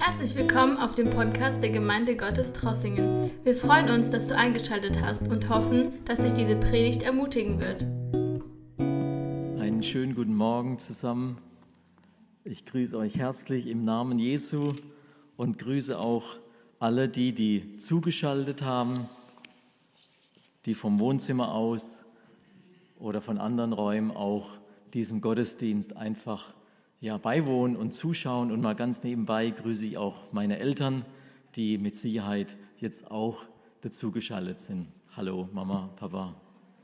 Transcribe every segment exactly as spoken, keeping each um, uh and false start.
Herzlich willkommen auf dem Podcast der Gemeinde Gottes Trossingen. Wir freuen uns, dass du eingeschaltet hast und hoffen, dass dich diese Predigt ermutigen wird. Einen schönen guten Morgen zusammen. Ich grüße euch herzlich im Namen Jesu und grüße auch alle die, die zugeschaltet haben, die vom Wohnzimmer aus oder von anderen Räumen auch diesem Gottesdienst einfach ja, beiwohnen und zuschauen. Und mal ganz nebenbei grüße ich auch meine Eltern, die mit Sicherheit jetzt auch dazugeschaltet sind. Hallo Mama, Papa.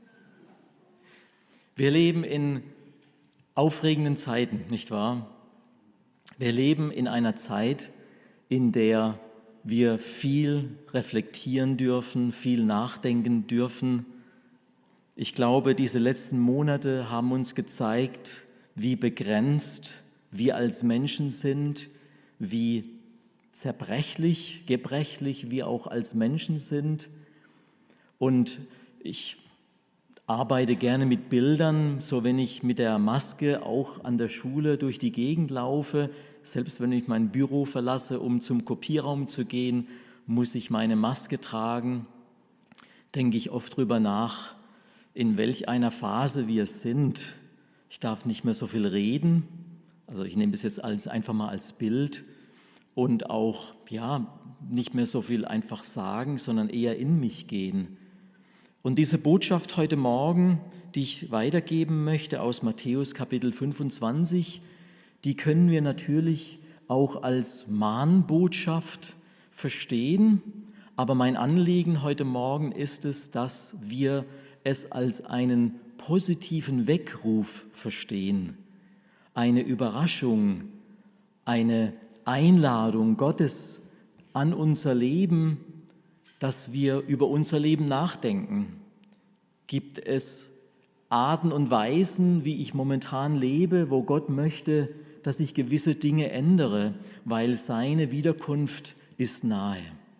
Wir leben in aufregenden Zeiten, nicht wahr? Wir leben in einer Zeit, in der wir viel reflektieren dürfen, viel nachdenken dürfen. Ich glaube, diese letzten Monate haben uns gezeigt, wie begrenzt wir als Menschen sind, wie zerbrechlich, gebrechlich wir auch als Menschen sind. Und ich arbeite gerne mit Bildern, so wenn ich mit der Maske auch an der Schule durch die Gegend laufe, selbst wenn ich mein Büro verlasse, um zum Kopierraum zu gehen, muss ich meine Maske tragen, denke ich oft drüber nach, in welch einer Phase wir sind. Ich darf nicht mehr so viel reden, also ich nehme das jetzt als, einfach mal als Bild und auch ja, nicht mehr so viel einfach sagen, sondern eher in mich gehen. Und diese Botschaft heute Morgen, die ich weitergeben möchte aus Matthäus Kapitel fünfundzwanzig, die können wir natürlich auch als Mahnbotschaft verstehen, aber mein Anliegen heute Morgen ist es, dass wir es als einen positiven Weckruf verstehen, eine Überraschung, eine Einladung Gottes an unser Leben, dass wir über unser Leben nachdenken. Gibt es Arten und Weisen, wie ich momentan lebe, wo Gott möchte, dass ich gewisse Dinge ändere, weil seine Wiederkunft ist nahe?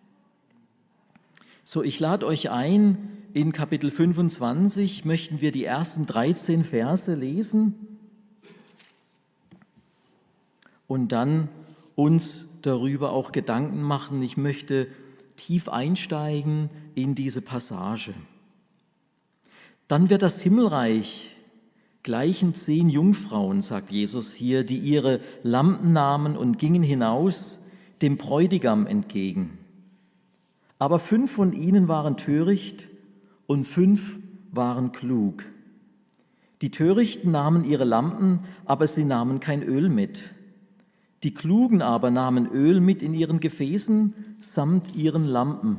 So, ich lade euch ein, in Kapitel fünfundzwanzig möchten wir die ersten dreizehn Verse lesen und dann uns darüber auch Gedanken machen. Ich möchte tief einsteigen in diese Passage. Dann wird das Himmelreich gleichen zehn Jungfrauen, sagt Jesus hier, die ihre Lampen nahmen und gingen hinaus dem Bräutigam entgegen. Aber fünf von ihnen waren töricht und fünf waren klug. Die Törichten nahmen ihre Lampen, aber sie nahmen kein Öl mit. Die Klugen aber nahmen Öl mit in ihren Gefäßen samt ihren Lampen.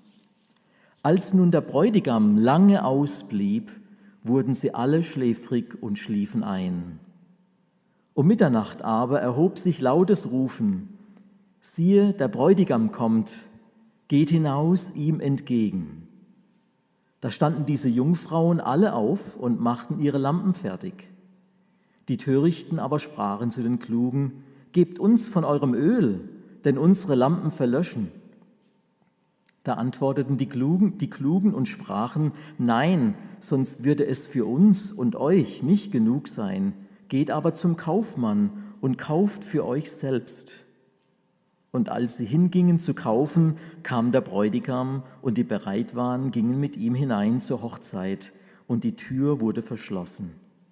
Als nun der Bräutigam lange ausblieb, wurden sie alle schläfrig und schliefen ein. Um Mitternacht aber erhob sich lautes Rufen: Siehe, der Bräutigam kommt, geht hinaus ihm entgegen. Da standen diese Jungfrauen alle auf und machten ihre Lampen fertig. Die Törichten aber sprachen zu den Klugen: Gebt uns von eurem Öl, denn unsere Lampen verlöschen. Da antworteten die Klugen, die Klugen und sprachen: Nein, sonst würde es für uns und euch nicht genug sein. Geht aber zum Kaufmann und kauft für euch selbst. Und als sie hingingen zu kaufen, kam der Bräutigam, und die bereit waren, gingen mit ihm hinein zur Hochzeit, und die Tür wurde verschlossen.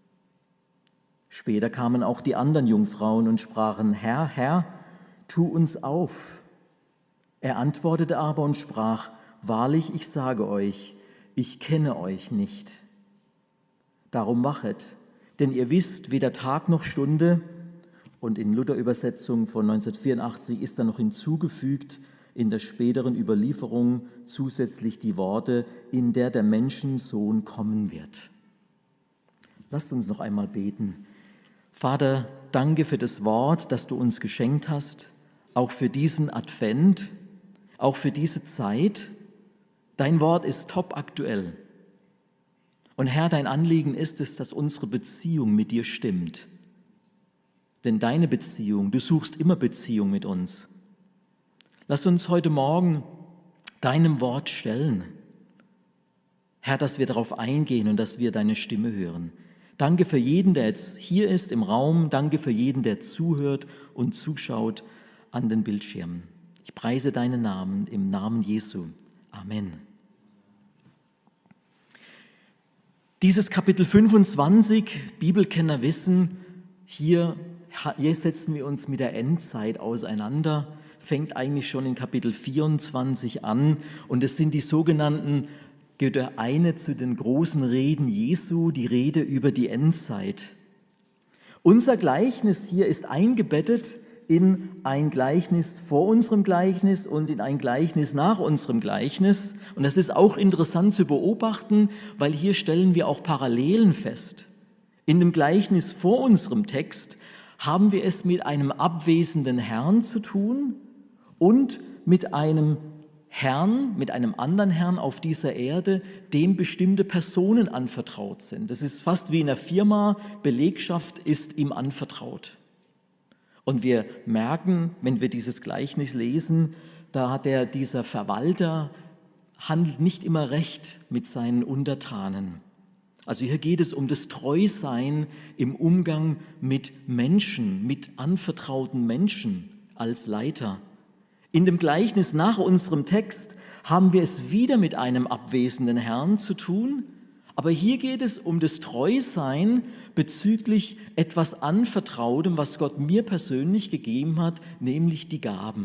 Später kamen auch die anderen Jungfrauen und sprachen: Herr, Herr, tu uns auf. Er antwortete aber und sprach: Wahrlich, ich sage euch, ich kenne euch nicht. Darum wachet, denn ihr wisst weder Tag noch Stunde. Und in Luther-Übersetzung von neunzehnhundertvierundachtzig ist dann noch hinzugefügt, in der späteren Überlieferung zusätzlich die Worte: in der der Menschensohn kommen wird. Lasst uns noch einmal beten. Vater, danke für das Wort, das du uns geschenkt hast, auch für diesen Advent, auch für diese Zeit. Dein Wort ist top aktuell. Und Herr, dein Anliegen ist es, dass unsere Beziehung mit dir stimmt. Denn deine Beziehung, du suchst immer Beziehung mit uns. Lass uns heute Morgen deinem Wort stellen. Herr, dass wir darauf eingehen und dass wir deine Stimme hören. Danke für jeden, der jetzt hier ist im Raum. Danke für jeden, der zuhört und zuschaut an den Bildschirmen. Ich preise deinen Namen im Namen Jesu. Amen. Dieses Kapitel fünfundzwanzig, Bibelkenner wissen, hier, hier setzen wir uns mit der Endzeit auseinander, fängt eigentlich schon in Kapitel vierundzwanzig an und es sind die sogenannten, gehört der eine zu den großen Reden Jesu, die Rede über die Endzeit. Unser Gleichnis hier ist eingebettet in ein Gleichnis vor unserem Gleichnis und in ein Gleichnis nach unserem Gleichnis. Und das ist auch interessant zu beobachten, weil hier stellen wir auch Parallelen fest. In dem Gleichnis vor unserem Text haben wir es mit einem abwesenden Herrn zu tun und mit einem Herrn, mit einem anderen Herrn auf dieser Erde, dem bestimmte Personen anvertraut sind. Das ist fast wie in einer Firma, Belegschaft ist ihm anvertraut. Und wir merken, wenn wir dieses Gleichnis lesen, da hat der, dieser Verwalter handelt nicht immer recht mit seinen Untertanen. Also hier geht es um das Treusein im Umgang mit Menschen, mit anvertrauten Menschen als Leiter. In dem Gleichnis nach unserem Text haben wir es wieder mit einem abwesenden Herrn zu tun, aber hier geht es um das Treusein bezüglich etwas Anvertrautem, was Gott mir persönlich gegeben hat, nämlich die Gaben.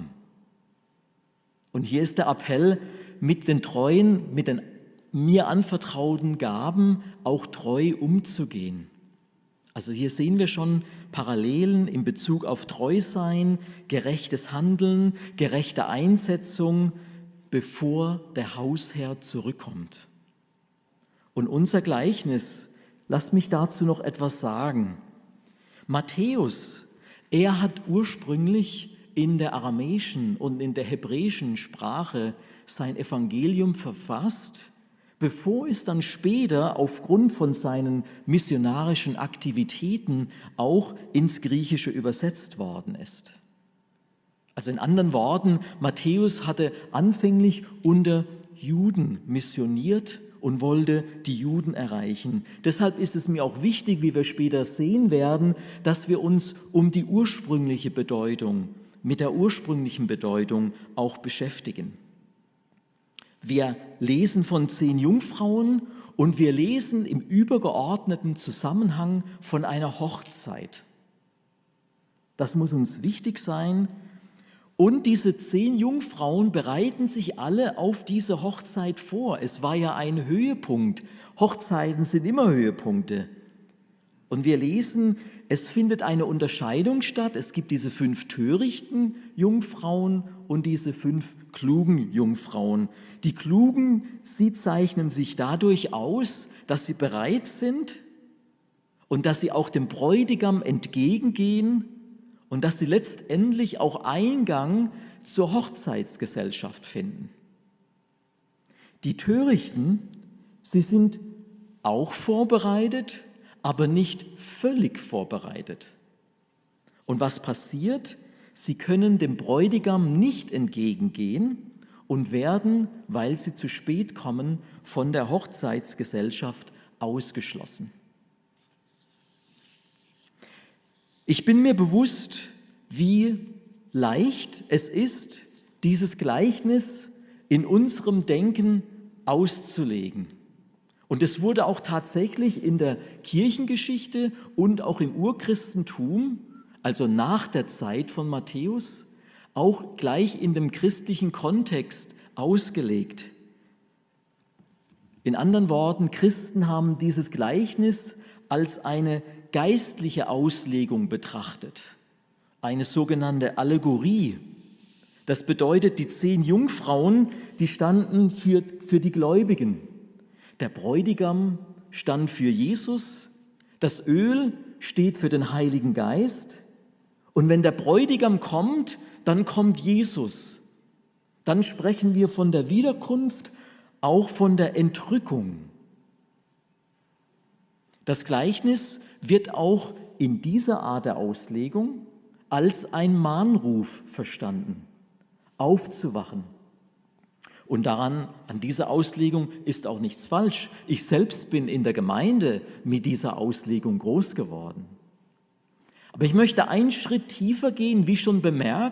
Und hier ist der Appell, mit den treuen, mit den mir anvertrauten Gaben auch treu umzugehen. Also hier sehen wir schon Parallelen in Bezug auf Treusein, gerechtes Handeln, gerechte Einsetzung, bevor der Hausherr zurückkommt. Und unser Gleichnis, lasst mich dazu noch etwas sagen. Matthäus, er hat ursprünglich in der aramäischen und in der hebräischen Sprache sein Evangelium verfasst, bevor es dann später aufgrund von seinen missionarischen Aktivitäten auch ins Griechische übersetzt worden ist. Also in anderen Worten, Matthäus hatte anfänglich unter Juden missioniert und wollte die Juden erreichen. Deshalb ist es mir auch wichtig, wie wir später sehen werden, dass wir uns um die ursprüngliche Bedeutung, mit der ursprünglichen Bedeutung auch beschäftigen. Wir lesen von zehn Jungfrauen und wir lesen im übergeordneten Zusammenhang von einer Hochzeit. Das muss uns wichtig sein. Und diese zehn Jungfrauen bereiten sich alle auf diese Hochzeit vor. Es war ja ein Höhepunkt. Hochzeiten sind immer Höhepunkte. Und wir lesen, es findet eine Unterscheidung statt. Es gibt diese fünf törichten Jungfrauen und diese fünf klugen Jungfrauen. Die Klugen, sie zeichnen sich dadurch aus, dass sie bereit sind und dass sie auch dem Bräutigam entgegengehen und dass sie letztendlich auch Eingang zur Hochzeitsgesellschaft finden. Die Törichten, sie sind auch vorbereitet, aber nicht völlig vorbereitet. Und was passiert? Sie können dem Bräutigam nicht entgegengehen und werden, weil sie zu spät kommen, von der Hochzeitsgesellschaft ausgeschlossen. Ich bin mir bewusst, wie leicht es ist, dieses Gleichnis in unserem Denken auszulegen. Und es wurde auch tatsächlich in der Kirchengeschichte und auch im Urchristentum, also nach der Zeit von Matthäus, auch gleich in dem christlichen Kontext ausgelegt. In anderen Worten, Christen haben dieses Gleichnis als eine geistliche Auslegung betrachtet, eine sogenannte Allegorie. Das bedeutet, die zehn Jungfrauen, die standen für, für die Gläubigen. Der Bräutigam stand für Jesus, das Öl steht für den Heiligen Geist und wenn der Bräutigam kommt, dann kommt Jesus. Dann sprechen wir von der Wiederkunft, auch von der Entrückung. Das Gleichnis wird auch in dieser Art der Auslegung als ein Mahnruf verstanden, aufzuwachen. Und daran, an dieser Auslegung ist auch nichts falsch. Ich selbst bin in der Gemeinde mit dieser Auslegung groß geworden. Aber ich möchte einen Schritt tiefer gehen, wie schon bemerkt,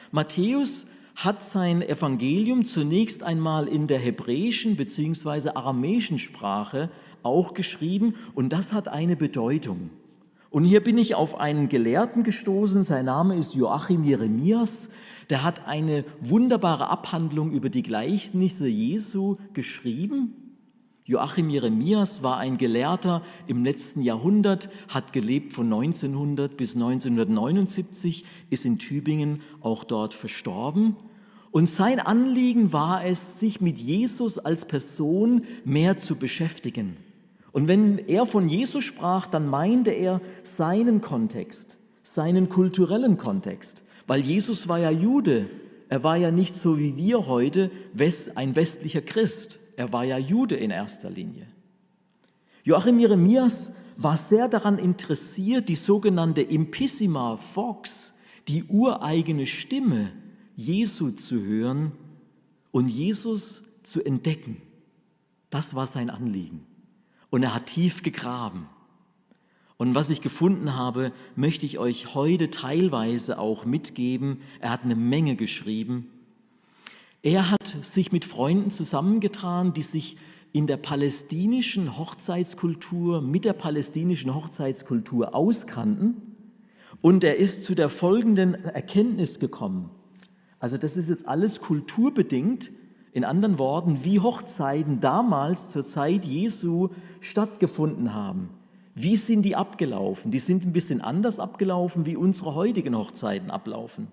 Matthäus hat sein Evangelium zunächst einmal in der hebräischen bzw. aramäischen Sprache auch geschrieben und das hat eine Bedeutung. Und hier bin ich auf einen Gelehrten gestoßen, sein Name ist Joachim Jeremias, der hat eine wunderbare Abhandlung über die Gleichnisse Jesu geschrieben. Joachim Jeremias war ein Gelehrter im letzten Jahrhundert, hat gelebt von neunzehnhundert bis neunzehnhundertneunundsiebzig, ist in Tübingen auch dort verstorben. Und sein Anliegen war es, sich mit Jesus als Person mehr zu beschäftigen. Und wenn er von Jesus sprach, dann meinte er seinen Kontext, seinen kulturellen Kontext, weil Jesus war ja Jude, er war ja nicht so wie wir heute ein westlicher Christ. Er war ja Jude in erster Linie. Joachim Jeremias war sehr daran interessiert, die sogenannte Impissima Vox, die ureigene Stimme Jesu zu hören und Jesus zu entdecken. Das war sein Anliegen. Und er hat tief gegraben. Und was ich gefunden habe, möchte ich euch heute teilweise auch mitgeben. Er hat eine Menge geschrieben. Er hat sich mit Freunden zusammengetan, die sich in der palästinischen Hochzeitskultur, mit der palästinischen Hochzeitskultur auskannten. Und er ist zu der folgenden Erkenntnis gekommen. Also das ist jetzt alles kulturbedingt. In anderen Worten, wie Hochzeiten damals zur Zeit Jesu stattgefunden haben. Wie sind die abgelaufen? Die sind ein bisschen anders abgelaufen, wie unsere heutigen Hochzeiten ablaufen.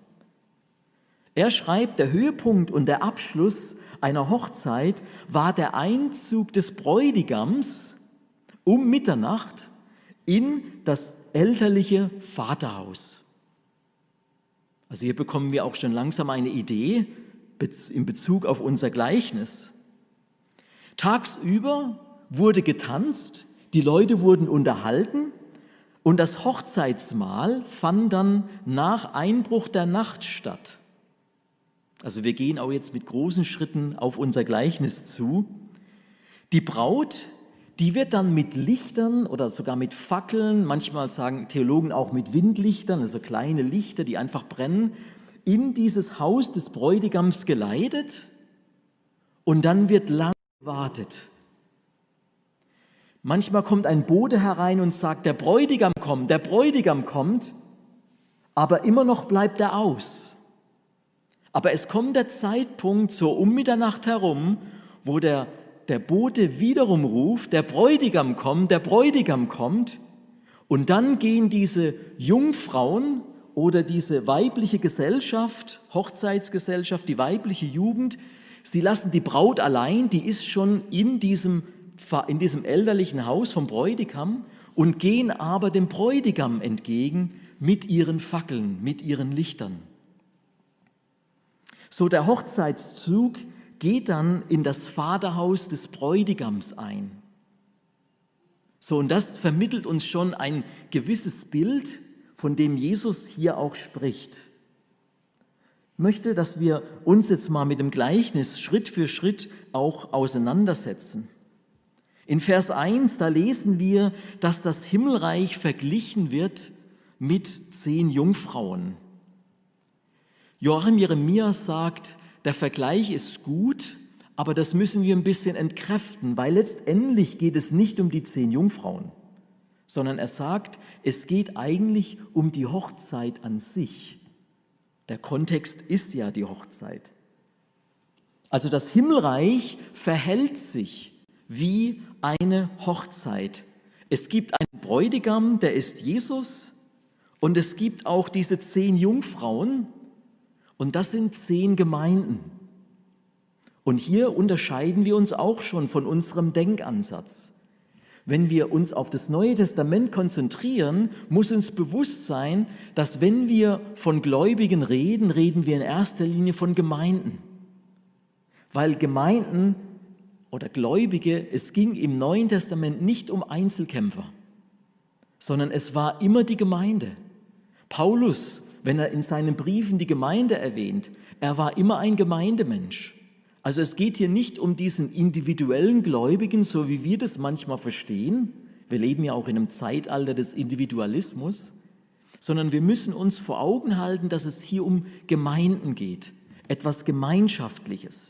Er schreibt, der Höhepunkt und der Abschluss einer Hochzeit war der Einzug des Bräutigams um Mitternacht in das elterliche Vaterhaus. Also hier bekommen wir auch schon langsam eine Idee in Bezug auf unser Gleichnis. Tagsüber wurde getanzt, die Leute wurden unterhalten und das Hochzeitsmahl fand dann nach Einbruch der Nacht statt. Also wir gehen auch jetzt mit großen Schritten auf unser Gleichnis zu. Die Braut, die wird dann mit Lichtern oder sogar mit Fackeln, manchmal sagen Theologen auch mit Windlichtern, also kleine Lichter, die einfach brennen, in dieses Haus des Bräutigams geleitet und dann wird lange gewartet. Manchmal kommt ein Bote herein und sagt, der Bräutigam kommt, der Bräutigam kommt, aber immer noch bleibt er aus. Aber es kommt der Zeitpunkt, so um Mitternacht herum, wo der, der Bote wiederum ruft, der Bräutigam kommt, der Bräutigam kommt. Und dann gehen diese Jungfrauen oder diese weibliche Gesellschaft, Hochzeitsgesellschaft, die weibliche Jugend, sie lassen die Braut allein, die ist schon in diesem, in diesem elterlichen Haus vom Bräutigam und gehen aber dem Bräutigam entgegen mit ihren Fackeln, mit ihren Lichtern. So, der Hochzeitszug geht dann in das Vaterhaus des Bräutigams ein. So, und das vermittelt uns schon ein gewisses Bild, von dem Jesus hier auch spricht. Ich möchte, dass wir uns jetzt mal mit dem Gleichnis Schritt für Schritt auch auseinandersetzen. In Vers eins, da lesen wir, dass das Himmelreich verglichen wird mit zehn Jungfrauen. Joachim Jeremias sagt, der Vergleich ist gut, aber das müssen wir ein bisschen entkräften, weil letztendlich geht es nicht um die zehn Jungfrauen, sondern er sagt, es geht eigentlich um die Hochzeit an sich. Der Kontext ist ja die Hochzeit. Also das Himmelreich verhält sich wie eine Hochzeit. Es gibt einen Bräutigam, der ist Jesus, und es gibt auch diese zehn Jungfrauen, und das sind zehn Gemeinden. Und hier unterscheiden wir uns auch schon von unserem Denkansatz. Wenn wir uns auf das Neue Testament konzentrieren, muss uns bewusst sein, dass wenn wir von Gläubigen reden, reden wir in erster Linie von Gemeinden. Weil Gemeinden oder Gläubige, es ging im Neuen Testament nicht um Einzelkämpfer, sondern es war immer die Gemeinde. Paulus, wenn er in seinen Briefen die Gemeinde erwähnt, er war immer ein Gemeindemensch. Also es geht hier nicht um diesen individuellen Gläubigen, so wie wir das manchmal verstehen. Wir leben ja auch in einem Zeitalter des Individualismus, sondern wir müssen uns vor Augen halten, dass es hier um Gemeinden geht, etwas Gemeinschaftliches.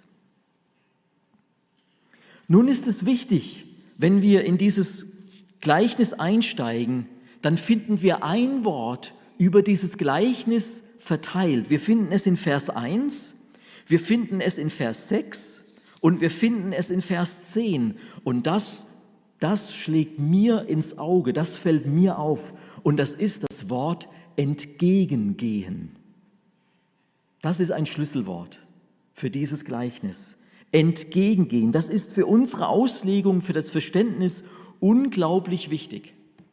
Nun ist es wichtig, wenn wir in dieses Gleichnis einsteigen, dann finden wir ein Wort über dieses Gleichnis verteilt. Wir finden es in Vers eins, wir finden es in Vers sechs und wir finden es in Vers zehn. Und das, das schlägt mir ins Auge, das fällt mir auf. Und das ist das Wort entgegengehen. Das ist ein Schlüsselwort für dieses Gleichnis. Entgegengehen, das ist für unsere Auslegung, für das Verständnis unglaublich wichtig.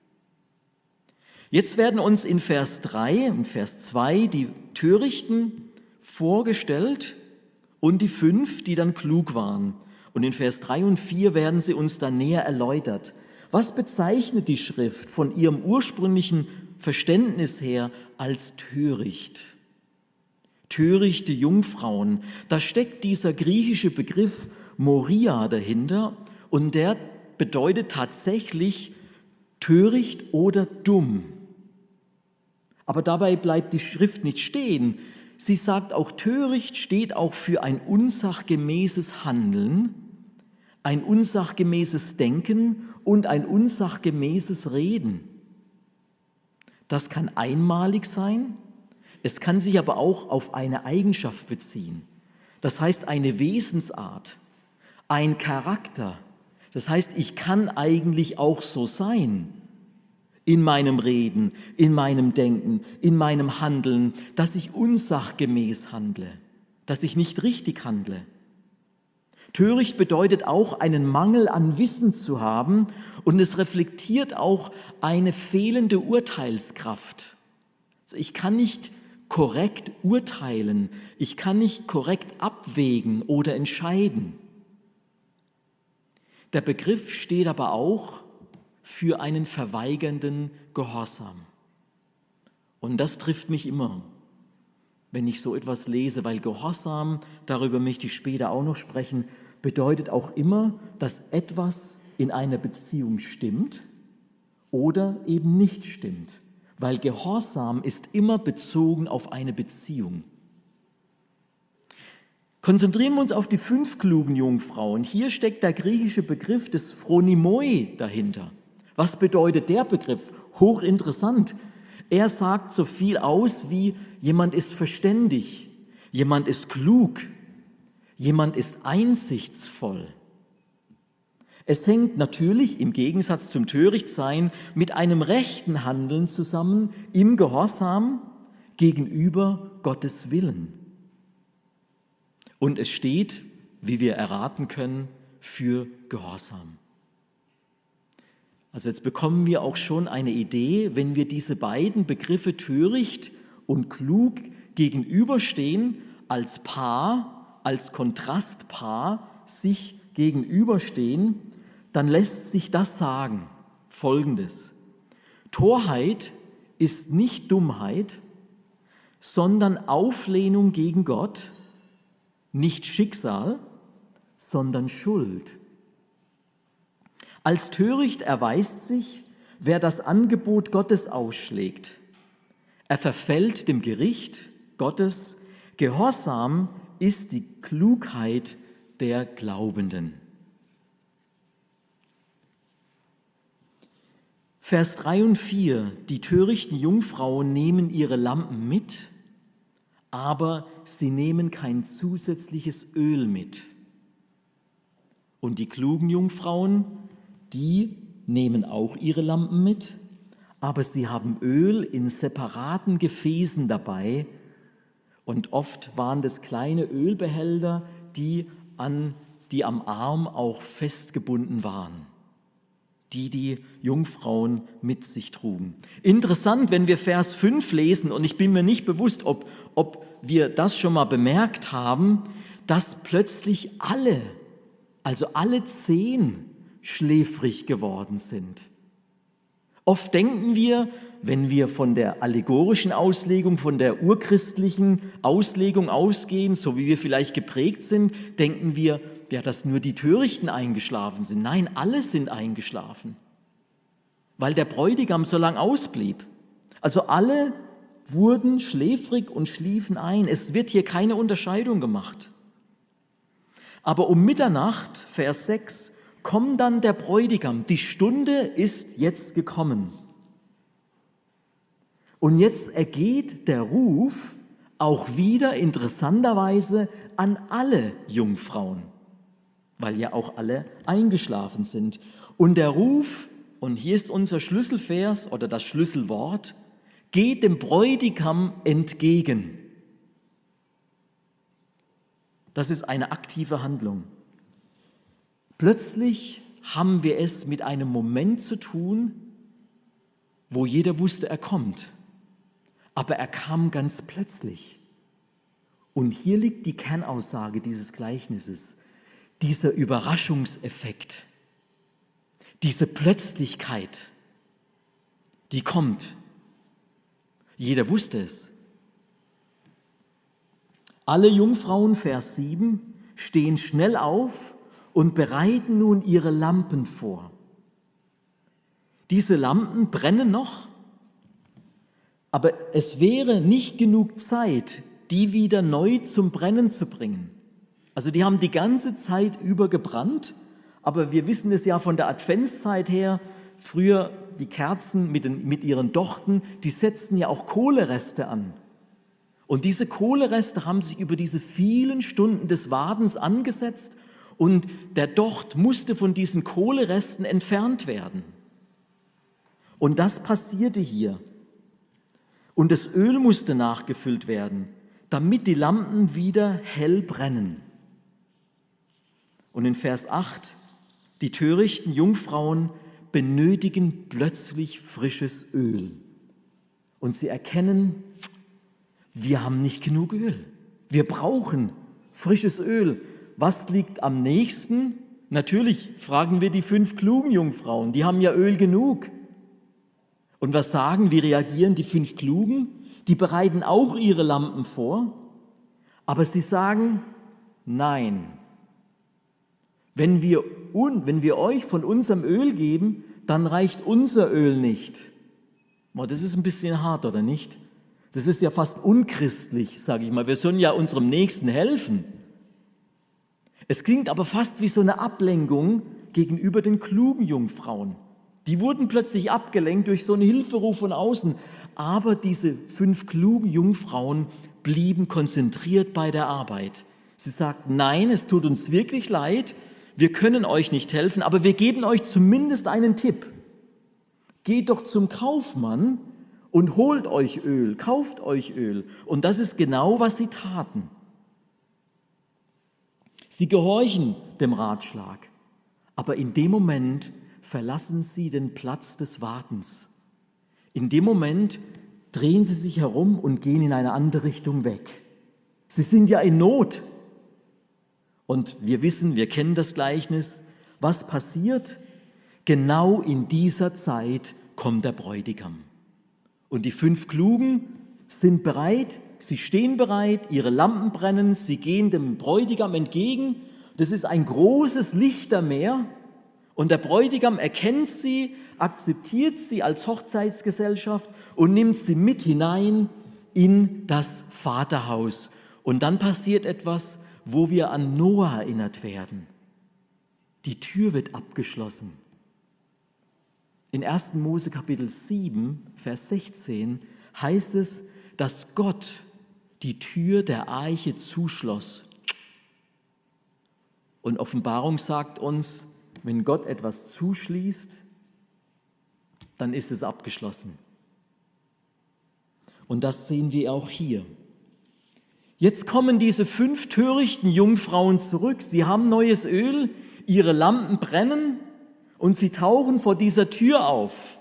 Jetzt werden uns in Vers drei, in Vers zwei die Törichten vorgestellt und die fünf, die dann klug waren. Und in Vers drei und vier werden sie uns dann näher erläutert. Was bezeichnet die Schrift von ihrem ursprünglichen Verständnis her als töricht? Törichte Jungfrauen, da steckt dieser griechische Begriff Moria dahinter und der bedeutet tatsächlich töricht oder dumm. Aber dabei bleibt die Schrift nicht stehen. Sie sagt auch, töricht steht auch für ein unsachgemäßes Handeln, ein unsachgemäßes Denken und ein unsachgemäßes Reden. Das kann einmalig sein, es kann sich aber auch auf eine Eigenschaft beziehen. Das heißt eine Wesensart, ein Charakter. Das heißt, ich kann eigentlich auch so sein in meinem Reden, in meinem Denken, in meinem Handeln, dass ich unsachgemäß handle, dass ich nicht richtig handle. Töricht bedeutet auch, einen Mangel an Wissen zu haben und es reflektiert auch eine fehlende Urteilskraft. Also ich kann nicht korrekt urteilen, ich kann nicht korrekt abwägen oder entscheiden. Der Begriff steht aber auch für einen verweigernden Gehorsam. Und das trifft mich immer, wenn ich so etwas lese, weil Gehorsam, darüber möchte ich später auch noch sprechen, bedeutet auch immer, dass etwas in einer Beziehung stimmt oder eben nicht stimmt. Weil Gehorsam ist immer bezogen auf eine Beziehung. Konzentrieren wir uns auf die fünf klugen Jungfrauen. Hier steckt der griechische Begriff des Phronimoi dahinter. Was bedeutet der Begriff? Hochinteressant. Er sagt so viel aus wie, jemand ist verständig, jemand ist klug, jemand ist einsichtsvoll. Es hängt natürlich im Gegensatz zum Törichtsein mit einem rechten Handeln zusammen, im Gehorsam gegenüber Gottes Willen. Und es steht, wie wir erraten können, für Gehorsam. Also jetzt bekommen wir auch schon eine Idee, wenn wir diese beiden Begriffe töricht und klug gegenüberstehen, als Paar, als Kontrastpaar sich gegenüberstehen, dann lässt sich das sagen, Folgendes. Torheit ist nicht Dummheit, sondern Auflehnung gegen Gott, nicht Schicksal, sondern Schuld. Als töricht erweist sich, wer das Angebot Gottes ausschlägt. Er verfällt dem Gericht Gottes. Gehorsam ist die Klugheit der Glaubenden. Vers drei und vier. Die törichten Jungfrauen nehmen ihre Lampen mit, aber sie nehmen kein zusätzliches Öl mit. Und die klugen Jungfrauen, die nehmen auch ihre Lampen mit, aber sie haben Öl in separaten Gefäßen dabei. Und oft waren das kleine Ölbehälter, die, an, die am Arm auch festgebunden waren, die die Jungfrauen mit sich trugen. Interessant, wenn wir Vers fünf lesen, und ich bin mir nicht bewusst, ob, ob wir das schon mal bemerkt haben, dass plötzlich alle, also alle zehn, schläfrig geworden sind. Oft denken wir, wenn wir von der allegorischen Auslegung, von der urchristlichen Auslegung ausgehen, so wie wir vielleicht geprägt sind, denken wir, ja, dass nur die Törichten eingeschlafen sind. Nein, alle sind eingeschlafen, weil der Bräutigam so lang ausblieb. Also alle wurden schläfrig und schliefen ein. Es wird hier keine Unterscheidung gemacht. Aber um Mitternacht, Vers sechs, kommt dann der Bräutigam. Die Stunde ist jetzt gekommen. Und jetzt ergeht der Ruf auch wieder interessanterweise an alle Jungfrauen, weil ja auch alle eingeschlafen sind. Und der Ruf, und hier ist unser Schlüsselvers oder das Schlüsselwort, geht dem Bräutigam entgegen. Das ist eine aktive Handlung. Plötzlich haben wir es mit einem Moment zu tun, wo jeder wusste, er kommt. Aber er kam ganz plötzlich. Und hier liegt die Kernaussage dieses Gleichnisses, dieser Überraschungseffekt, diese Plötzlichkeit, die kommt. Jeder wusste es. Alle Jungfrauen, Vers sieben, stehen schnell auf und bereiten nun ihre Lampen vor. Diese Lampen brennen noch, aber es wäre nicht genug Zeit, die wieder neu zum Brennen zu bringen. Also die haben die ganze Zeit über gebrannt, aber wir wissen es ja von der Adventszeit her, früher die Kerzen mit, den, mit ihren Dochten, die setzten ja auch Kohlereste an. Und diese Kohlereste haben sich über diese vielen Stunden des Wartens angesetzt und der Docht musste von diesen Kohleresten entfernt werden. Und das passierte hier. Und das Öl musste nachgefüllt werden, damit die Lampen wieder hell brennen. Und in Vers acht, die törichten Jungfrauen benötigen plötzlich frisches Öl. Und sie erkennen, wir haben nicht genug Öl. Wir brauchen frisches Öl. Was liegt am nächsten? Natürlich fragen wir die fünf klugen Jungfrauen, die haben ja Öl genug. Und was sagen, wie reagieren die fünf Klugen? Die bereiten auch ihre Lampen vor, aber sie sagen, nein. Wenn wir, wenn wir euch von unserem Öl geben, dann reicht unser Öl nicht. Das ist ein bisschen hart, oder nicht? Das ist ja fast unchristlich, sage ich mal. Wir sollen ja unserem Nächsten helfen. Es klingt aber fast wie so eine Ablenkung gegenüber den klugen Jungfrauen. Die wurden plötzlich abgelenkt durch so einen Hilferuf von außen. Aber diese fünf klugen Jungfrauen blieben konzentriert bei der Arbeit. Sie sagten, nein, es tut uns wirklich leid, wir können euch nicht helfen, aber wir geben euch zumindest einen Tipp. Geht doch zum Kaufmann und holt euch Öl, kauft euch Öl. Und das ist genau, was sie taten. Sie gehorchen dem Ratschlag, aber in dem Moment verlassen sie den Platz des Wartens. In dem Moment drehen sie sich herum und gehen in eine andere Richtung weg. Sie sind ja in Not. Und wir wissen, wir kennen das Gleichnis, was passiert? Genau in dieser Zeit kommt der Bräutigam. Und die fünf Klugen sind bereit, sie stehen bereit, ihre Lampen brennen, sie gehen dem Bräutigam entgegen. Das ist ein großes Lichtermeer. Und der Bräutigam erkennt sie, akzeptiert sie als Hochzeitsgesellschaft und nimmt sie mit hinein in das Vaterhaus. Und dann passiert etwas, wo wir an Noah erinnert werden. Die Tür wird abgeschlossen. In ersten Mose Kapitel sieben, Vers sechzehn heißt es, dass Gott die Tür der Arche zuschloss. Und Offenbarung sagt uns, wenn Gott etwas zuschließt, dann ist es abgeschlossen. Und das sehen wir auch hier. Jetzt kommen diese fünf törichten Jungfrauen zurück. Sie haben neues Öl, ihre Lampen brennen und sie tauchen vor dieser Tür auf.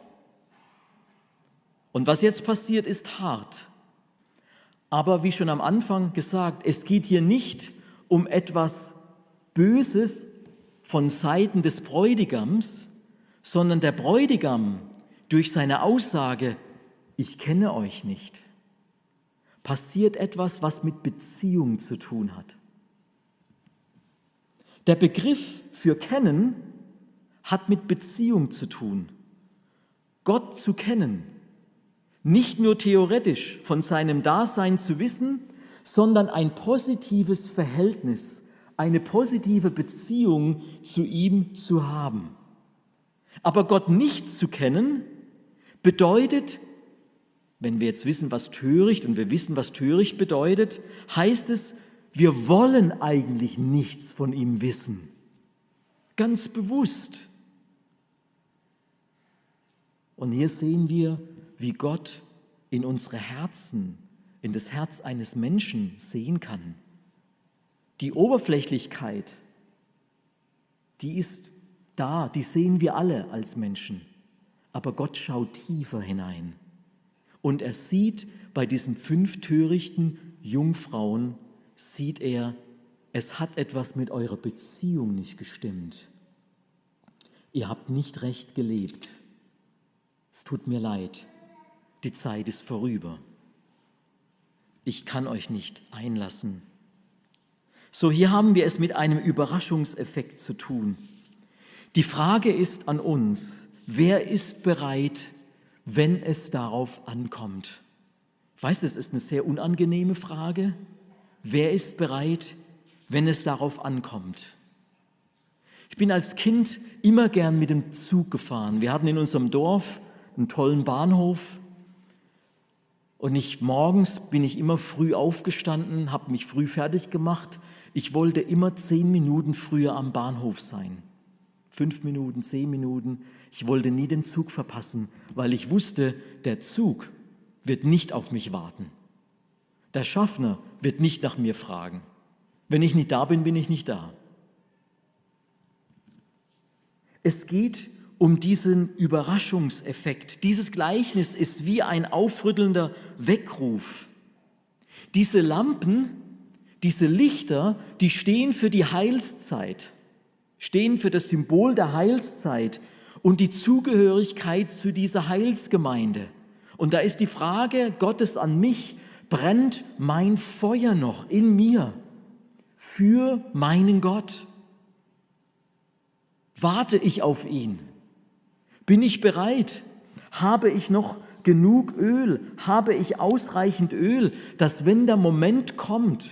Und was jetzt passiert, ist hart. Aber wie schon am Anfang gesagt, es geht hier nicht um etwas Böses von Seiten des Bräutigams, sondern der Bräutigam durch seine Aussage, ich kenne euch nicht, passiert etwas, was mit Beziehung zu tun hat. Der Begriff für kennen hat mit Beziehung zu tun. Gott zu kennen, Nicht nur theoretisch von seinem Dasein zu wissen, sondern ein positives Verhältnis, eine positive Beziehung zu ihm zu haben. Aber Gott nicht zu kennen, bedeutet, wenn wir jetzt wissen, was töricht, und wir wissen, was töricht bedeutet, heißt es, wir wollen eigentlich nichts von ihm wissen. Ganz bewusst. Und hier sehen wir, wie Gott in unsere Herzen, in das Herz eines Menschen sehen kann. Die Oberflächlichkeit, die ist da, die sehen wir alle als Menschen. Aber Gott schaut tiefer hinein. Und er sieht bei diesen fünf törichten Jungfrauen, sieht er, es hat etwas mit eurer Beziehung nicht gestimmt. Ihr habt nicht recht gelebt. Es tut mir leid. Die Zeit ist vorüber. Ich kann euch nicht einlassen. So, hier haben wir es mit einem Überraschungseffekt zu tun. Die Frage ist an uns, wer ist bereit, wenn es darauf ankommt? Ich weiß, das ist eine sehr unangenehme Frage. Wer ist bereit, wenn es darauf ankommt? Ich bin als Kind immer gern mit dem Zug gefahren. Wir hatten in unserem Dorf einen tollen Bahnhof. Und ich, morgens bin ich immer früh aufgestanden, habe mich früh fertig gemacht. Ich wollte immer zehn Minuten früher am Bahnhof sein. Fünf Minuten, zehn Minuten. Ich wollte nie den Zug verpassen, weil ich wusste, der Zug wird nicht auf mich warten. Der Schaffner wird nicht nach mir fragen. Wenn ich nicht da bin, bin ich nicht da. Es geht um diesen Überraschungseffekt. Dieses Gleichnis ist wie ein aufrüttelnder Weckruf. Diese Lampen, diese Lichter, die stehen für die Heilszeit, stehen für das Symbol der Heilszeit und die Zugehörigkeit zu dieser Heilsgemeinde. Und da ist die Frage Gottes an mich, brennt mein Feuer noch in mir für meinen Gott? Warte ich auf ihn? Bin ich bereit? Habe ich noch genug Öl? Habe ich ausreichend Öl, dass wenn der Moment kommt,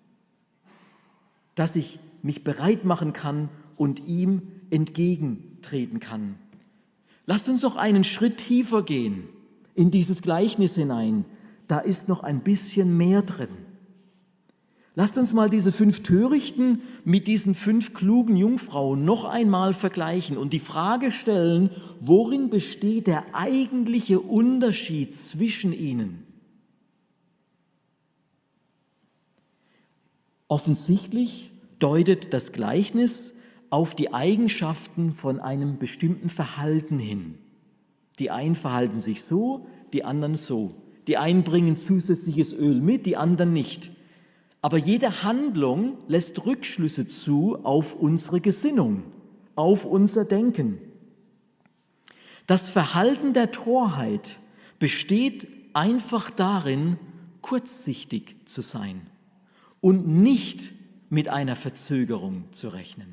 dass ich mich bereit machen kann und ihm entgegentreten kann? Lasst uns noch einen Schritt tiefer gehen in dieses Gleichnis hinein. Da ist noch ein bisschen mehr drin. Lasst uns mal diese fünf Törichten mit diesen fünf klugen Jungfrauen noch einmal vergleichen und die Frage stellen, worin besteht der eigentliche Unterschied zwischen ihnen? Offensichtlich deutet das Gleichnis auf die Eigenschaften von einem bestimmten Verhalten hin. Die einen verhalten sich so, die anderen so. Die einen bringen zusätzliches Öl mit, die anderen nicht. Aber jede Handlung lässt Rückschlüsse zu auf unsere Gesinnung, auf unser Denken. Das Verhalten der Torheit besteht einfach darin, kurzsichtig zu sein und nicht mit einer Verzögerung zu rechnen.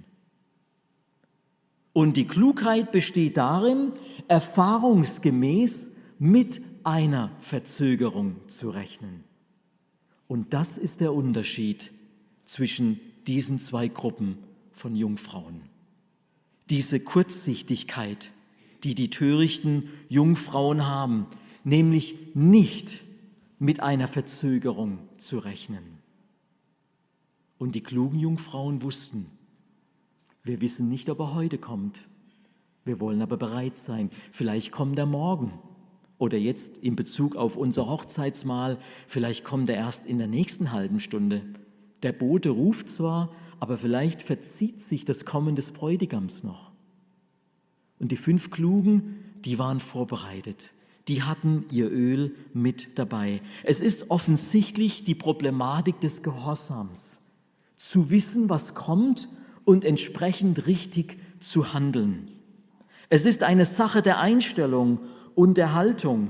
Und die Klugheit besteht darin, erfahrungsgemäß mit einer Verzögerung zu rechnen. Und das ist der Unterschied zwischen diesen zwei Gruppen von Jungfrauen. Diese Kurzsichtigkeit, die die törichten Jungfrauen haben, nämlich nicht mit einer Verzögerung zu rechnen. Und die klugen Jungfrauen wussten, wir wissen nicht, ob er heute kommt. Wir wollen aber bereit sein. Vielleicht kommt er morgen. Oder jetzt in Bezug auf unser Hochzeitsmahl, vielleicht kommt er erst in der nächsten halben Stunde. Der Bote ruft zwar, aber vielleicht verzieht sich das Kommen des Bräutigams noch. Und die fünf Klugen, die waren vorbereitet. Die hatten ihr Öl mit dabei. Es ist offensichtlich die Problematik des Gehorsams. Zu wissen, was kommt und entsprechend richtig zu handeln. Es ist eine Sache der Einstellung und der Haltung.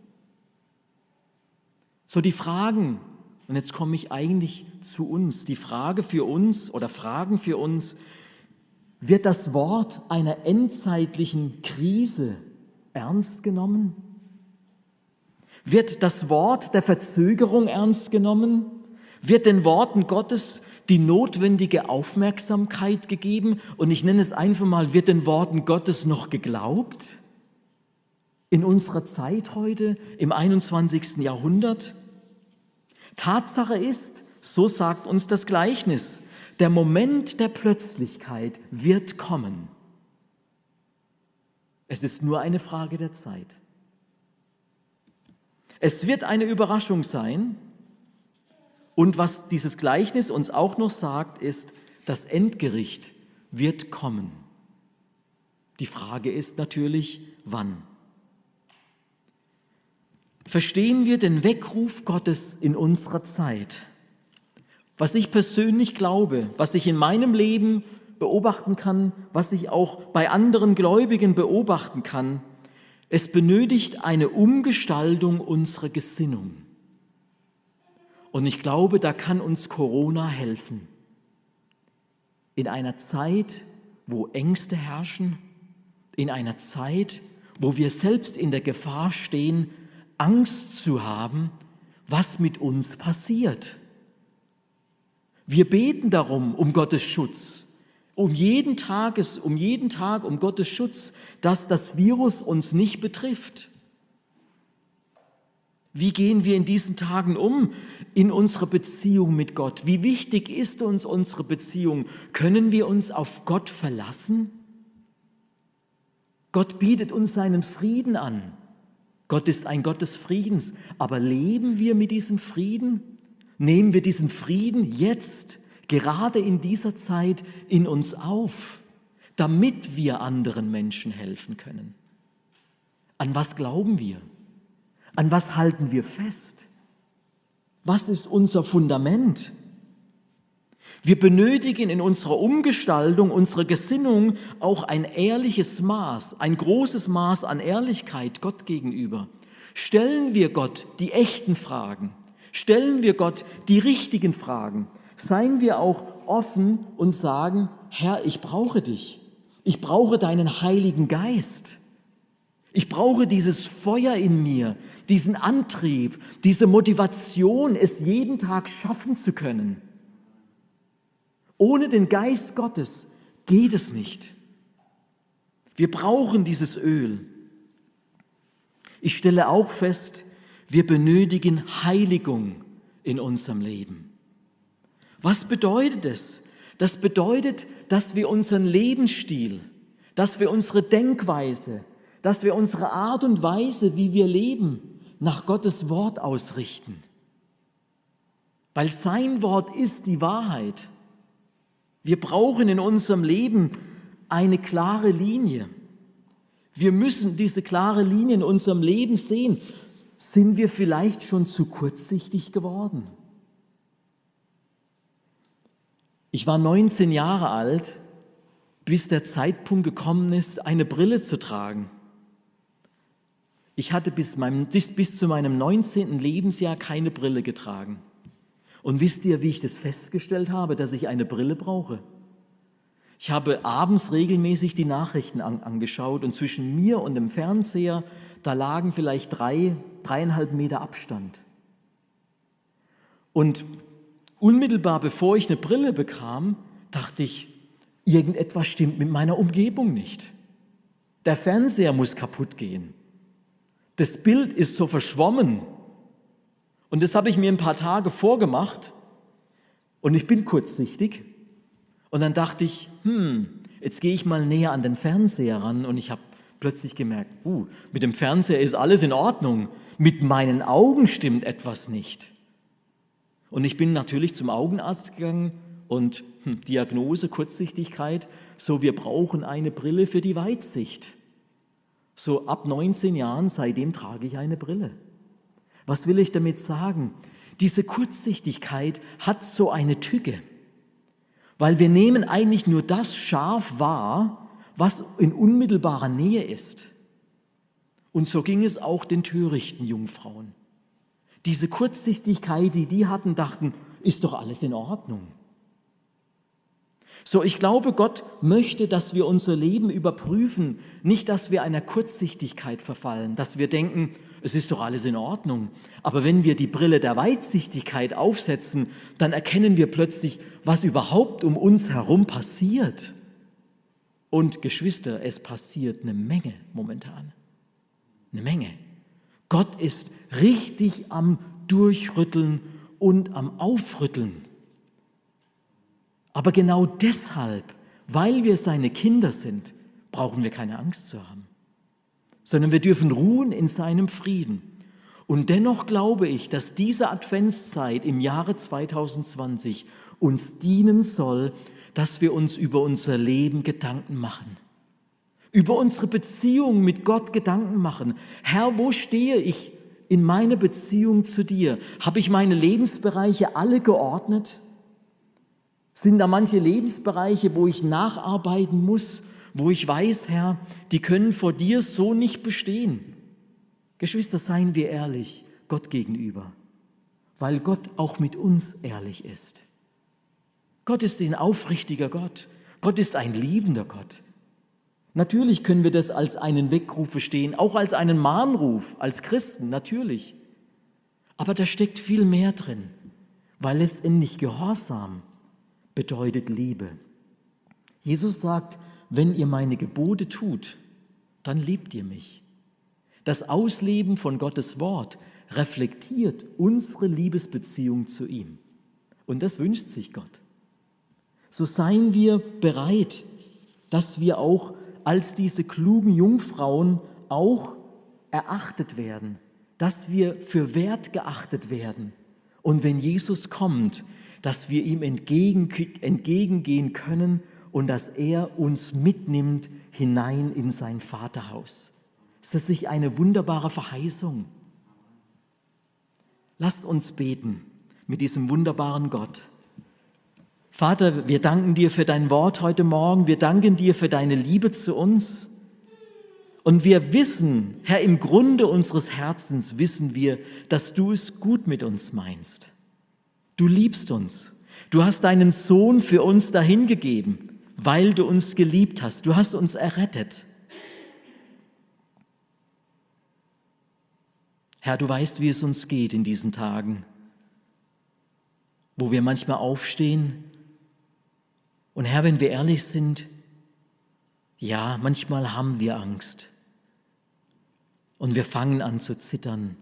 So die Fragen, und jetzt komme ich eigentlich zu uns, die Frage für uns oder Fragen für uns, wird das Wort einer endzeitlichen Krise ernst genommen? Wird das Wort der Verzögerung ernst genommen? Wird den Worten Gottes die notwendige Aufmerksamkeit gegeben? Und ich nenne es einfach mal, wird den Worten Gottes noch geglaubt? In unserer Zeit heute, im einundzwanzigsten Jahrhundert? Tatsache ist, so sagt uns das Gleichnis, der Moment der Plötzlichkeit wird kommen. Es ist nur eine Frage der Zeit. Es wird eine Überraschung sein. Und was dieses Gleichnis uns auch noch sagt, ist, das Endgericht wird kommen. Die Frage ist natürlich, wann? Verstehen wir den Weckruf Gottes in unserer Zeit? Was ich persönlich glaube, was ich in meinem Leben beobachten kann, was ich auch bei anderen Gläubigen beobachten kann, es benötigt eine Umgestaltung unserer Gesinnung. Und ich glaube, da kann uns Corona helfen. In einer Zeit, wo Ängste herrschen, in einer Zeit, wo wir selbst in der Gefahr stehen, Angst zu haben, was mit uns passiert. Wir beten darum, um Gottes Schutz, um jeden Tages, um jeden Tag um Gottes Schutz, dass das Virus uns nicht betrifft. Wie gehen wir in diesen Tagen um in unserer Beziehung mit Gott? Wie wichtig ist uns unsere Beziehung? Können wir uns auf Gott verlassen? Gott bietet uns seinen Frieden an. Gott ist ein Gott des Friedens. Aber leben wir mit diesem Frieden? Nehmen wir diesen Frieden jetzt, gerade in dieser Zeit, in uns auf, damit wir anderen Menschen helfen können? An was glauben wir? An was halten wir fest? Was ist unser Fundament? Wir benötigen in unserer Umgestaltung, unserer Gesinnung auch ein ehrliches Maß, ein großes Maß an Ehrlichkeit Gott gegenüber. Stellen wir Gott die echten Fragen, stellen wir Gott die richtigen Fragen, seien wir auch offen und sagen, Herr, ich brauche dich, ich brauche deinen Heiligen Geist. Ich brauche dieses Feuer in mir, diesen Antrieb, diese Motivation, es jeden Tag schaffen zu können. Ohne den Geist Gottes geht es nicht. Wir brauchen dieses Öl. Ich stelle auch fest, wir benötigen Heiligung in unserem Leben. Was bedeutet es? Das bedeutet, dass wir unseren Lebensstil, dass wir unsere Denkweise, dass wir unsere Art und Weise, wie wir leben, nach Gottes Wort ausrichten. Weil sein Wort ist die Wahrheit. Wir brauchen in unserem Leben eine klare Linie. Wir müssen diese klare Linie in unserem Leben sehen. Sind wir vielleicht schon zu kurzsichtig geworden? Ich war neunzehn Jahre alt, bis der Zeitpunkt gekommen ist, eine Brille zu tragen. Ich hatte bis, meinem, bis zu meinem neunzehnten Lebensjahr keine Brille getragen. Und wisst ihr, wie ich das festgestellt habe, dass ich eine Brille brauche? Ich habe abends regelmäßig die Nachrichten an, angeschaut und zwischen mir und dem Fernseher, da lagen vielleicht drei, dreieinhalb Meter Abstand. Und unmittelbar bevor ich eine Brille bekam, dachte ich, irgendetwas stimmt mit meiner Umgebung nicht. Der Fernseher muss kaputt gehen. Das Bild ist so verschwommen. Und das habe ich mir ein paar Tage vorgemacht und ich bin kurzsichtig. Und dann dachte ich, hm, jetzt gehe ich mal näher an den Fernseher ran und ich habe plötzlich gemerkt, uh, mit dem Fernseher ist alles in Ordnung, mit meinen Augen stimmt etwas nicht. Und ich bin natürlich zum Augenarzt gegangen und hm, Diagnose, Kurzsichtigkeit, so wir brauchen eine Brille für die Weitsicht. So ab neunzehn Jahren, seitdem trage ich eine Brille. Was will ich damit sagen? Diese Kurzsichtigkeit hat so eine Tücke, weil wir nehmen eigentlich nur das scharf wahr, was in unmittelbarer Nähe ist. Und so ging es auch den törichten Jungfrauen. Diese Kurzsichtigkeit, die die hatten, dachten, ist doch alles in Ordnung. So, ich glaube, Gott möchte, dass wir unser Leben überprüfen, nicht, dass wir einer Kurzsichtigkeit verfallen, dass wir denken, es ist doch alles in Ordnung. Aber wenn wir die Brille der Weitsichtigkeit aufsetzen, dann erkennen wir plötzlich, was überhaupt um uns herum passiert. Und Geschwister, es passiert eine Menge momentan. Eine Menge. Gott ist richtig am Durchrütteln und am Aufrütteln. Aber genau deshalb, weil wir seine Kinder sind, brauchen wir keine Angst zu haben, sondern wir dürfen ruhen in seinem Frieden. Und dennoch glaube ich, dass diese Adventszeit im Jahre zwanzig zwanzig uns dienen soll, dass wir uns über unser Leben Gedanken machen, über unsere Beziehung mit Gott Gedanken machen. Herr, wo stehe ich in meiner Beziehung zu dir? Habe ich meine Lebensbereiche alle geordnet? Sind da manche Lebensbereiche, wo ich nacharbeiten muss, wo ich weiß, Herr, die können vor dir so nicht bestehen? Geschwister, seien wir ehrlich Gott gegenüber, weil Gott auch mit uns ehrlich ist. Gott ist ein aufrichtiger Gott. Gott ist ein liebender Gott. Natürlich können wir das als einen Weckruf verstehen, auch als einen Mahnruf, als Christen, natürlich. Aber da steckt viel mehr drin, weil letztendlich Gehorsam bedeutet Liebe. Jesus sagt, wenn ihr meine Gebote tut, dann liebt ihr mich. Das Ausleben von Gottes Wort reflektiert unsere Liebesbeziehung zu ihm. Und das wünscht sich Gott. So seien wir bereit, dass wir auch als diese klugen Jungfrauen auch erachtet werden, dass wir für wert geachtet werden. Und wenn Jesus kommt, dass wir ihm entgegen, entgegengehen können und dass er uns mitnimmt hinein in sein Vaterhaus. Ist das nicht eine wunderbare Verheißung? Lasst uns beten mit diesem wunderbaren Gott. Vater, wir danken dir für dein Wort heute Morgen. Wir danken dir für deine Liebe zu uns. Und wir wissen, Herr, im Grunde unseres Herzens wissen wir, dass du es gut mit uns meinst. Du liebst uns. Du hast deinen Sohn für uns dahingegeben, weil du uns geliebt hast. Du hast uns errettet. Herr, du weißt, wie es uns geht in diesen Tagen, wo wir manchmal aufstehen. Und Herr, wenn wir ehrlich sind, ja, manchmal haben wir Angst. Und wir fangen an zu zittern,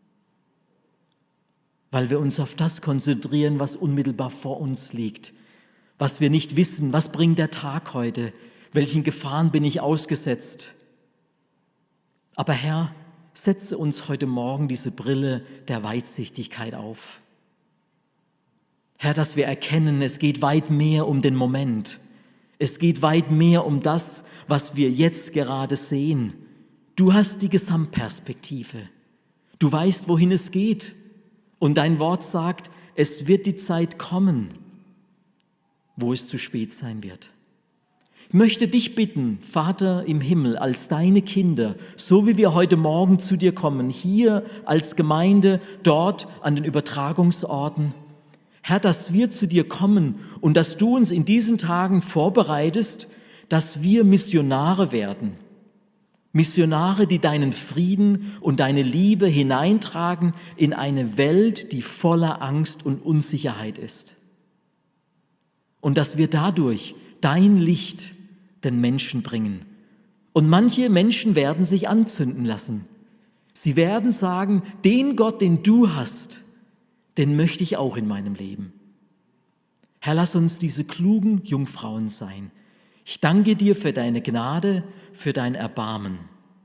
weil wir uns auf das konzentrieren, was unmittelbar vor uns liegt, was wir nicht wissen, was bringt der Tag heute, welchen Gefahren bin ich ausgesetzt. Aber Herr, setze uns heute Morgen diese Brille der Weitsichtigkeit auf. Herr, dass wir erkennen, es geht weit mehr um den Moment. Es geht weit mehr um das, was wir jetzt gerade sehen. Du hast die Gesamtperspektive. Du weißt, wohin es geht. Und dein Wort sagt, es wird die Zeit kommen, wo es zu spät sein wird. Ich möchte dich bitten, Vater im Himmel, als deine Kinder, so wie wir heute Morgen zu dir kommen, hier als Gemeinde, dort an den Übertragungsorten, Herr, dass wir zu dir kommen und dass du uns in diesen Tagen vorbereitest, dass wir Missionare werden. Missionare, die deinen Frieden und deine Liebe hineintragen in eine Welt, die voller Angst und Unsicherheit ist. Und dass wir dadurch dein Licht den Menschen bringen. Und manche Menschen werden sich anzünden lassen. Sie werden sagen, den Gott, den du hast, den möchte ich auch in meinem Leben. Herr, lass uns diese klugen Jungfrauen sein. Ich danke dir für deine Gnade, für dein Erbarmen.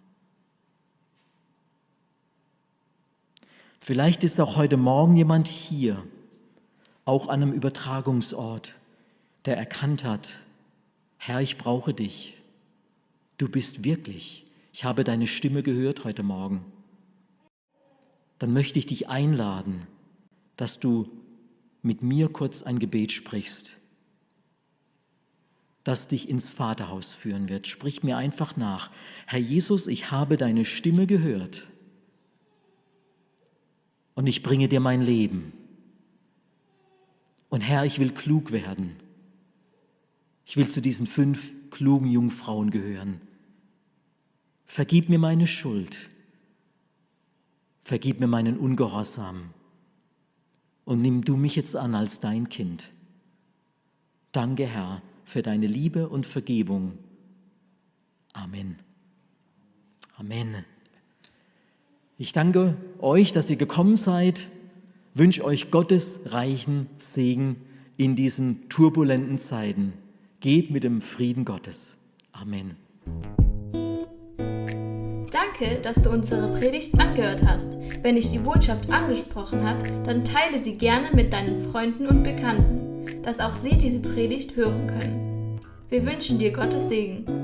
Vielleicht ist auch heute Morgen jemand hier, auch an einem Übertragungsort, der erkannt hat, Herr, ich brauche dich. Du bist wirklich. Ich habe deine Stimme gehört heute Morgen. Dann möchte ich dich einladen, dass du mit mir kurz ein Gebet sprichst, das dich ins Vaterhaus führen wird. Sprich mir einfach nach. Herr Jesus, ich habe deine Stimme gehört und ich bringe dir mein Leben. Und Herr, ich will klug werden. Ich will zu diesen fünf klugen Jungfrauen gehören. Vergib mir meine Schuld. Vergib mir meinen Ungehorsam. Und nimm du mich jetzt an als dein Kind. Danke, Herr, für deine Liebe und Vergebung. Amen. Amen. Ich danke euch, dass ihr gekommen seid, wünsche euch Gottes reichen Segen in diesen turbulenten Zeiten. Geht mit dem Frieden Gottes. Amen. Danke, dass du unsere Predigt angehört hast. Wenn dich die Botschaft angesprochen hat, dann teile sie gerne mit deinen Freunden und Bekannten, dass auch sie diese Predigt hören können. Wir wünschen dir Gottes Segen.